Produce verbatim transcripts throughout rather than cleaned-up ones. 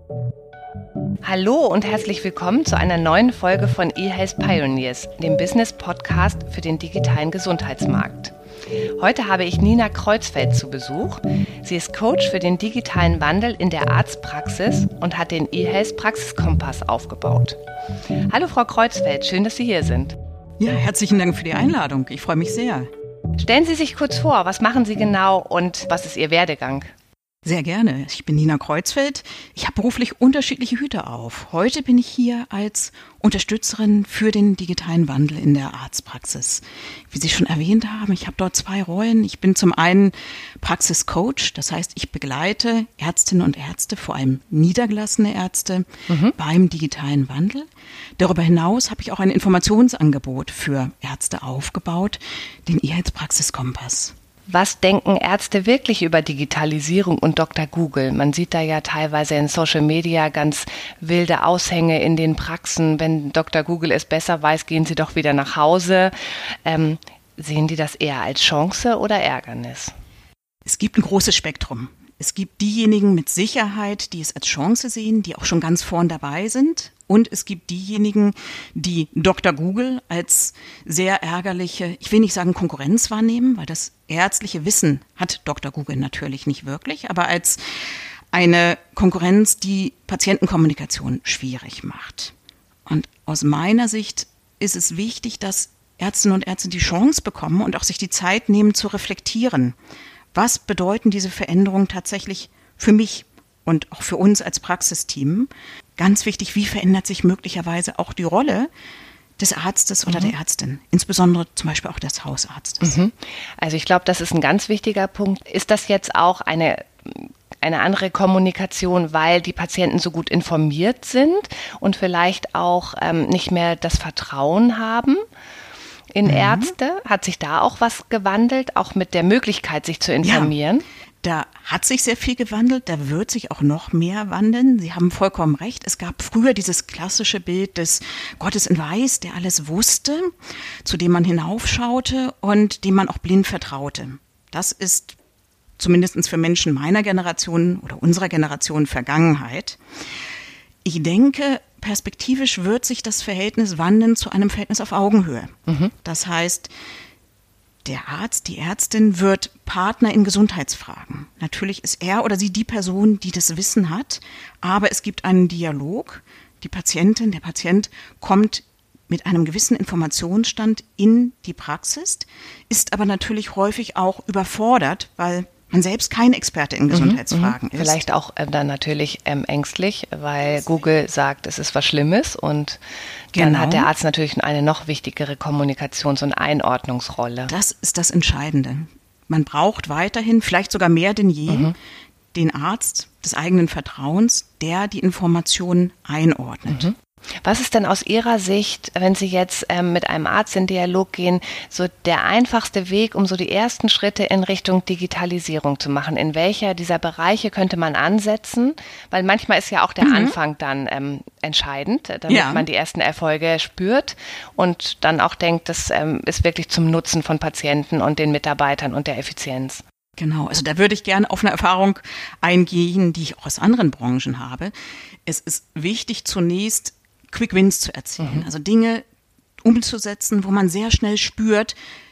Hallo und herzlich willkommen zu einer neuen Folge von eHealth Pioneers, dem Business-Podcast für den digitalen Gesundheitsmarkt. Heute habe ich Nina Kreuzfeld zu Besuch. Sie ist Coach für den digitalen Wandel in der Arztpraxis und hat den eHealth Praxiskompass aufgebaut. Hallo Frau Kreuzfeld, schön, dass Sie hier sind. Ja, herzlichen Dank für die Einladung. Ich freue mich sehr. Stellen Sie sich kurz vor, was machen Sie genau und was ist Ihr Werdegang? Sehr gerne. Ich bin Nina Kreuzfeld. Ich habe beruflich unterschiedliche Hüte auf. Heute bin ich hier als Unterstützerin für den digitalen Wandel in der Arztpraxis. Wie Sie schon erwähnt haben, ich habe dort zwei Rollen. Ich bin zum einen Praxiscoach, das heißt, ich begleite Ärztinnen und Ärzte, vor allem niedergelassene Ärzte, mhm. beim digitalen Wandel. Darüber hinaus habe ich auch ein Informationsangebot für Ärzte aufgebaut, den eHealth Praxiskompass. Was denken Ärzte wirklich über Digitalisierung und Doktor Google? Man sieht da ja teilweise in Social Media ganz wilde Aushänge in den Praxen. Wenn Doktor Google es besser weiß, gehen Sie doch wieder nach Hause. Ähm, sehen die das eher als Chance oder Ärgernis? Es gibt ein großes Spektrum. Es gibt diejenigen mit Sicherheit, die es als Chance sehen, die auch schon ganz vorn dabei sind. Und es gibt diejenigen, die Doktor Google als sehr ärgerliche, ich will nicht sagen Konkurrenz wahrnehmen, weil das ärztliche Wissen hat Doktor Google natürlich nicht wirklich, aber als eine Konkurrenz, die Patientenkommunikation schwierig macht. Und aus meiner Sicht ist es wichtig, dass Ärztinnen und Ärzte die Chance bekommen und auch sich die Zeit nehmen zu reflektieren. Was bedeuten diese Veränderungen tatsächlich für mich und auch für uns als Praxisteam? Ganz wichtig, wie verändert sich möglicherweise auch die Rolle des Arztes oder mhm. der Ärztin, insbesondere zum Beispiel auch des Hausarztes. Mhm. Also ich glaube, das ist ein ganz wichtiger Punkt. Ist das jetzt auch eine, eine andere Kommunikation, weil die Patienten so gut informiert sind und vielleicht auch ähm, nicht mehr das Vertrauen haben in mhm. Ärzte? Hat sich da auch was gewandelt, auch mit der Möglichkeit, sich zu informieren? Ja. Da hat sich sehr viel gewandelt, da wird sich auch noch mehr wandeln. Sie haben vollkommen recht. Es gab früher dieses klassische Bild des Gottes in Weiß, der alles wusste, zu dem man hinaufschaute und dem man auch blind vertraute. Das ist zumindest für Menschen meiner Generation oder unserer Generation Vergangenheit. Ich denke, perspektivisch wird sich das Verhältnis wandeln zu einem Verhältnis auf Augenhöhe. Mhm. Das heißt, der Arzt, die Ärztin wird Partner in Gesundheitsfragen. Natürlich ist er oder sie die Person, die das Wissen hat, aber es gibt einen Dialog. Die Patientin, der Patient kommt mit einem gewissen Informationsstand in die Praxis, ist aber natürlich häufig auch überfordert, weil man selbst kein Experte in Gesundheitsfragen mhm, ist. Vielleicht auch äh, dann natürlich ähm, ängstlich, weil Google sagt, es ist was Schlimmes und genau. Dann hat der Arzt natürlich eine noch wichtigere Kommunikations- und Einordnungsrolle. Das ist das Entscheidende. Man braucht weiterhin, vielleicht sogar mehr denn je, mhm. den Arzt des eigenen Vertrauens, der die Informationen einordnet. Mhm. Was ist denn aus Ihrer Sicht, wenn Sie jetzt ähm, mit einem Arzt in Dialog gehen, so der einfachste Weg, um so die ersten Schritte in Richtung Digitalisierung zu machen? In welcher dieser Bereiche könnte man ansetzen? Weil manchmal ist ja auch der mhm. Anfang dann ähm, entscheidend, damit ja. man die ersten Erfolge spürt und dann auch denkt, das ähm, ist wirklich zum Nutzen von Patienten und den Mitarbeitern und der Effizienz. Genau, also da würde ich gerne auf eine Erfahrung eingehen, die ich auch aus anderen Branchen habe. Es ist wichtig, zunächst Quick Wins zu erzielen, mhm. also Dinge umzusetzen, wo man sehr schnell spürt,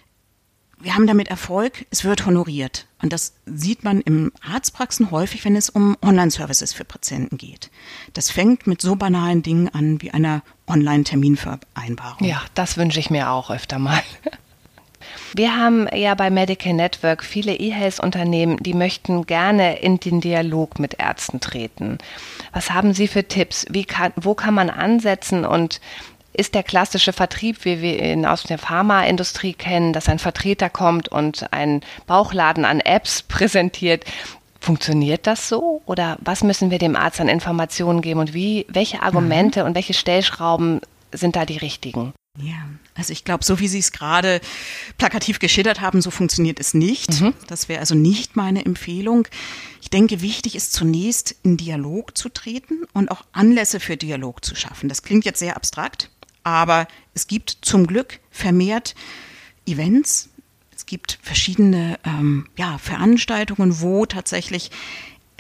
wir haben damit Erfolg, es wird honoriert. Und das sieht man in Arztpraxen häufig, wenn es um Online-Services für Patienten geht. Das fängt mit so banalen Dingen an wie einer Online-Terminvereinbarung. Ja, das wünsche ich mir auch öfter mal. Wir haben ja bei Medical Network viele eHealth-Unternehmen, die möchten gerne in den Dialog mit Ärzten treten. Was haben Sie für Tipps? Wie kann, wo kann man ansetzen und ist der klassische Vertrieb, wie wir ihn aus der Pharmaindustrie kennen, dass ein Vertreter kommt und einen Bauchladen an Apps präsentiert? Funktioniert das so? Oder was müssen wir dem Arzt an Informationen geben und wie, welche Argumente mhm. und welche Stellschrauben sind da die richtigen? Ja, also ich glaube, so wie Sie es gerade plakativ geschildert haben, so funktioniert es nicht. Mhm. Das wäre also nicht meine Empfehlung. Ich denke, wichtig ist zunächst in Dialog zu treten und auch Anlässe für Dialog zu schaffen. Das klingt jetzt sehr abstrakt, aber es gibt zum Glück vermehrt Events. Es gibt verschiedene ähm, ja, Veranstaltungen, wo tatsächlich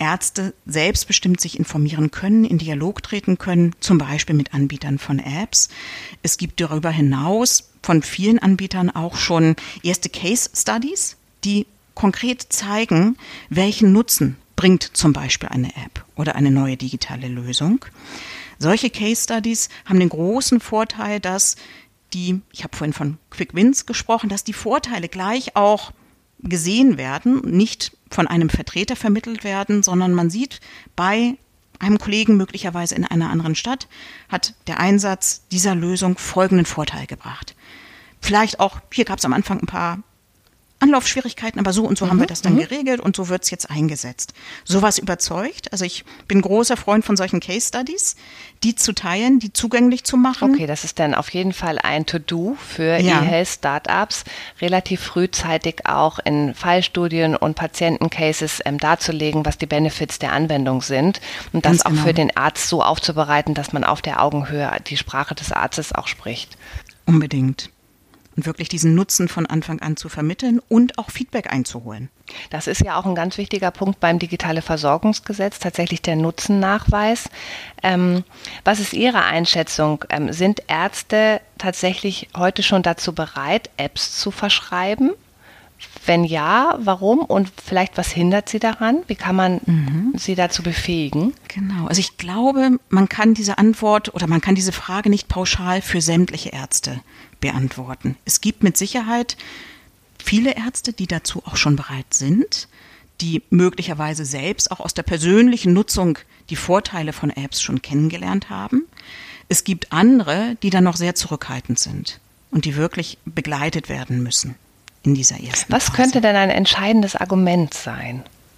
Ärzte selbstbestimmt sich informieren können, in Dialog treten können, zum Beispiel mit Anbietern von Apps. Es gibt darüber hinaus von vielen Anbietern auch schon erste Case Studies, die konkret zeigen, welchen Nutzen bringt zum Beispiel eine App oder eine neue digitale Lösung. Solche Case Studies haben den großen Vorteil, dass die, ich habe vorhin von Quick Wins gesprochen, dass die Vorteile gleich auch gesehen werden, nicht von einem Vertreter vermittelt werden, sondern man sieht bei einem Kollegen möglicherweise in einer anderen Stadt, hat der Einsatz dieser Lösung folgenden Vorteil gebracht. Vielleicht auch, hier gab es am Anfang ein paar Anlaufschwierigkeiten, aber so und so mhm. haben wir das dann mhm. geregelt und so wird es jetzt eingesetzt. Sowas überzeugt. Also ich bin großer Freund von solchen Case Studies, die zu teilen, die zugänglich zu machen. Okay, das ist dann auf jeden Fall ein To-Do für ja. E-Health-Startups, relativ frühzeitig auch in Fallstudien und Patientencases ähm, darzulegen, was die Benefits der Anwendung sind und Ganz das auch genau. für den Arzt so aufzubereiten, dass man auf der Augenhöhe die Sprache des Arztes auch spricht. Unbedingt. Und wirklich diesen Nutzen von Anfang an zu vermitteln und auch Feedback einzuholen. Das ist ja auch ein ganz wichtiger Punkt beim Digitale Versorgungsgesetz, tatsächlich der Nutzennachweis. Ähm, was ist Ihre Einschätzung? Ähm, sind Ärzte tatsächlich heute schon dazu bereit, Apps zu verschreiben? Wenn ja, warum? Und vielleicht, was hindert sie daran? Wie kann man mhm. sie dazu befähigen? Genau, also ich glaube, man kann diese Antwort oder man kann diese Frage nicht pauschal für sämtliche Ärzte beantworten. Es gibt mit Sicherheit viele Ärzte, die dazu auch schon bereit sind, die möglicherweise selbst auch aus der persönlichen Nutzung die Vorteile von Apps schon kennengelernt haben. Es gibt andere, die dann noch sehr zurückhaltend sind und die wirklich begleitet werden müssen in dieser ersten Was Phase. Könnte denn ein entscheidendes Argument sein,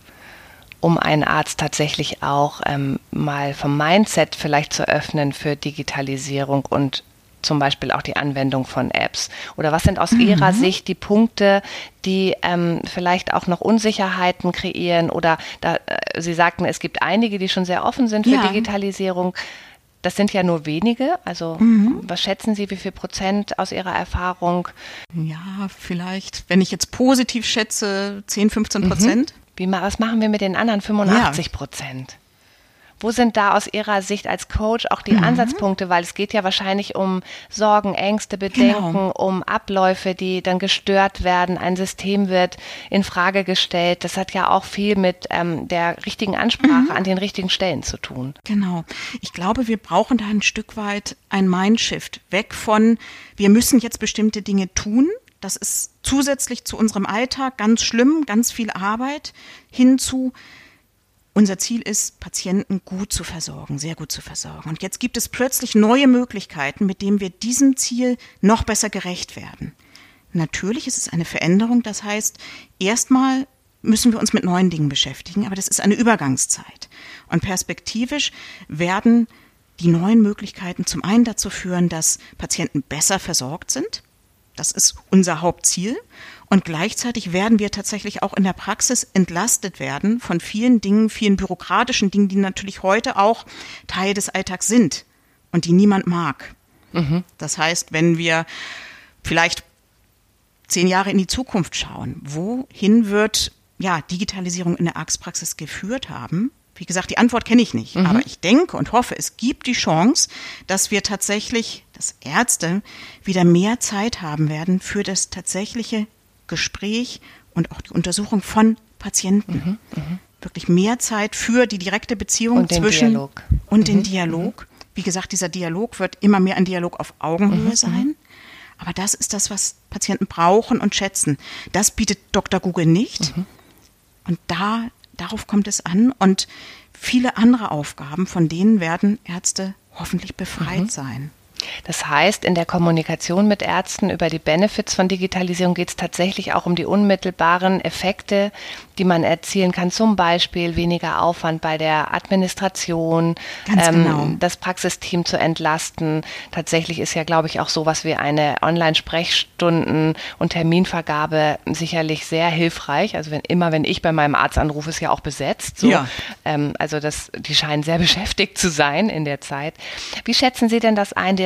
um einen Arzt tatsächlich auch ähm, mal vom Mindset vielleicht zu öffnen für Digitalisierung und zum Beispiel auch die Anwendung von Apps? Oder was sind aus mhm. Ihrer Sicht die Punkte, die ähm, vielleicht auch noch Unsicherheiten kreieren? Oder da, äh, Sie sagten, es gibt einige, die schon sehr offen sind für ja. Digitalisierung. Das sind ja nur wenige. Also mhm. was schätzen Sie, wie viel Prozent aus Ihrer Erfahrung? Ja, vielleicht, wenn ich jetzt positiv schätze, zehn, fünfzehn Prozent. Mhm. Wie, was machen wir mit den anderen fünfundachtzig Prozent? Ja. Wo sind da aus Ihrer Sicht als Coach auch die mhm. Ansatzpunkte? Weil es geht ja wahrscheinlich um Sorgen, Ängste, Bedenken, genau. um Abläufe, die dann gestört werden. Ein System wird in Frage gestellt. Das hat ja auch viel mit ähm, der richtigen Ansprache mhm. an den richtigen Stellen zu tun. Genau. Ich glaube, wir brauchen da ein Stück weit ein Mindshift. Weg von, wir müssen jetzt bestimmte Dinge tun. Das ist zusätzlich zu unserem Alltag ganz schlimm, ganz viel Arbeit, hin zu unser Ziel ist, Patienten gut zu versorgen, sehr gut zu versorgen. Und jetzt gibt es plötzlich neue Möglichkeiten, mit denen wir diesem Ziel noch besser gerecht werden. Natürlich ist es eine Veränderung, das heißt, erstmal müssen wir uns mit neuen Dingen beschäftigen, aber das ist eine Übergangszeit. Und perspektivisch werden die neuen Möglichkeiten zum einen dazu führen, dass Patienten besser versorgt sind. Das ist unser Hauptziel. Und gleichzeitig werden wir tatsächlich auch in der Praxis entlastet werden von vielen Dingen, vielen bürokratischen Dingen, die natürlich heute auch Teil des Alltags sind und die niemand mag. Mhm. Das heißt, wenn wir vielleicht zehn Jahre in die Zukunft schauen, wohin wird ja, Digitalisierung in der Arztpraxis geführt haben? Wie gesagt, die Antwort kenne ich nicht, mhm. aber ich denke und hoffe, es gibt die Chance, dass wir tatsächlich, dass Ärzte wieder mehr Zeit haben werden für das tatsächliche Gespräch und auch die Untersuchung von Patienten. Mhm, mh. Wirklich mehr Zeit für die direkte Beziehung und zwischen den Dialog. und mhm, den Dialog. Wie gesagt, dieser Dialog wird immer mehr ein Dialog auf Augenhöhe mhm, sein. Aber das ist das, was Patienten brauchen und schätzen. Das bietet Doktor Google nicht. Mhm. Und da, darauf kommt es an. Und viele andere Aufgaben, von denen werden Ärzte hoffentlich befreit mhm. sein. Das heißt, in der Kommunikation mit Ärzten über die Benefits von Digitalisierung geht es tatsächlich auch um die unmittelbaren Effekte, die man erzielen kann, zum Beispiel weniger Aufwand bei der Administration, Ganz ähm, genau. das Praxisteam zu entlasten. Tatsächlich ist ja, glaube ich, auch sowas wie eine Online-Sprechstunden- und Terminvergabe sicherlich sehr hilfreich. Also wenn immer, wenn ich bei meinem Arzt anrufe, ist ja auch besetzt. So. Ja. Ähm, also das, die scheinen sehr beschäftigt zu sein in der Zeit. Wie schätzen Sie denn das ein, der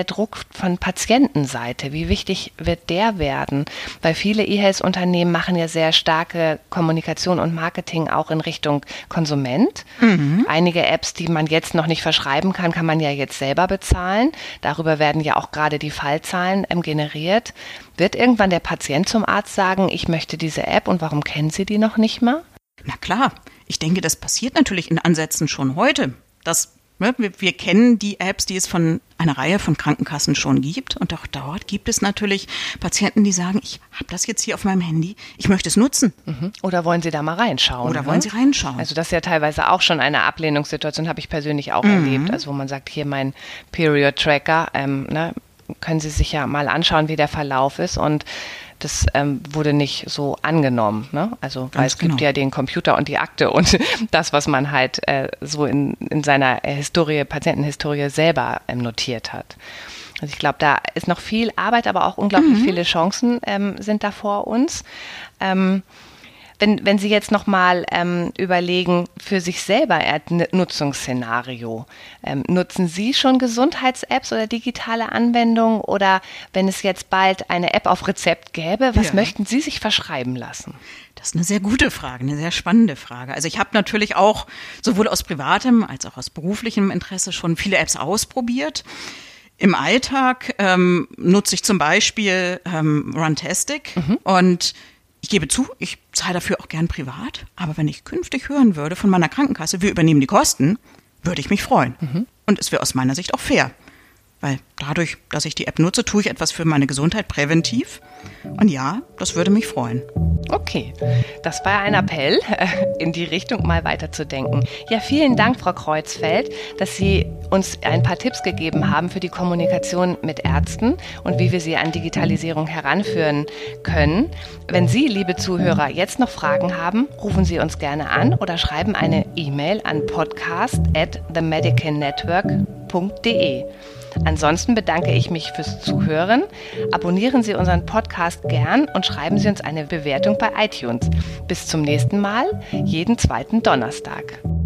Druck von Patientenseite? Wie wichtig wird der werden? Weil viele E-Health-Unternehmen machen ja sehr starke Kommunikation und Marketing auch in Richtung Konsument. Mhm. Einige Apps, die man jetzt noch nicht verschreiben kann, kann man ja jetzt selber bezahlen. Darüber werden ja auch gerade die Fallzahlen ähm, generiert. Wird irgendwann der Patient zum Arzt sagen, ich möchte diese App und warum kennen Sie die noch nicht mal? Na klar, ich denke, das passiert natürlich in Ansätzen schon heute. Das, ne, wir, wir kennen die Apps, die es von einer Reihe von Krankenkassen schon gibt. Und auch dort gibt es natürlich Patienten, die sagen, ich habe das jetzt hier auf meinem Handy, ich möchte es nutzen. Mhm. Oder wollen Sie da mal reinschauen? Oder ne? wollen Sie reinschauen? Also das ist ja teilweise auch schon eine Ablehnungssituation, habe ich persönlich auch mhm. erlebt. Also wo man sagt, hier mein Period-Tracker, ähm, ne, können Sie sich ja mal anschauen, wie der Verlauf ist. Und das ähm, wurde nicht so angenommen. Ne? Also weil Ganz es gibt genau. ja den Computer und die Akte und das, was man halt äh, so in, in seiner Historie, Patientenhistorie selber ähm, notiert hat. Also ich glaube, da ist noch viel Arbeit, aber auch unglaublich mhm. viele Chancen ähm, sind da vor uns. Ähm, Wenn, wenn Sie jetzt nochmal ähm, überlegen, für sich selber ein Nutzungsszenario, ähm, nutzen Sie schon Gesundheits-Apps oder digitale Anwendungen oder wenn es jetzt bald eine App auf Rezept gäbe, was ja. möchten Sie sich verschreiben lassen? Das ist eine sehr gute Frage, eine sehr spannende Frage. Also ich habe natürlich auch sowohl aus privatem als auch aus beruflichem Interesse schon viele Apps ausprobiert. Im Alltag ähm, nutze ich zum Beispiel ähm, Runtastic mhm. und ich gebe zu, ich zahle dafür auch gern privat, aber wenn ich künftig hören würde von meiner Krankenkasse, wir übernehmen die Kosten, würde ich mich freuen. Mhm. Und es wäre aus meiner Sicht auch fair, weil dadurch, dass ich die App nutze, tue ich etwas für meine Gesundheit präventiv. Und ja, das würde mich freuen. Okay, das war ein Appell, in die Richtung mal weiterzudenken. Ja, vielen Dank, Frau Kreuzfeld, dass Sie uns ein paar Tipps gegeben haben für die Kommunikation mit Ärzten und wie wir sie an Digitalisierung heranführen können. Wenn Sie, liebe Zuhörer, jetzt noch Fragen haben, rufen Sie uns gerne an oder schreiben eine E-Mail an podcast at the medical network punkt de. Ansonsten bedanke ich mich fürs Zuhören. Abonnieren Sie unseren Podcast gern und schreiben Sie uns eine Bewertung bei iTunes. Bis zum nächsten Mal, jeden zweiten Donnerstag.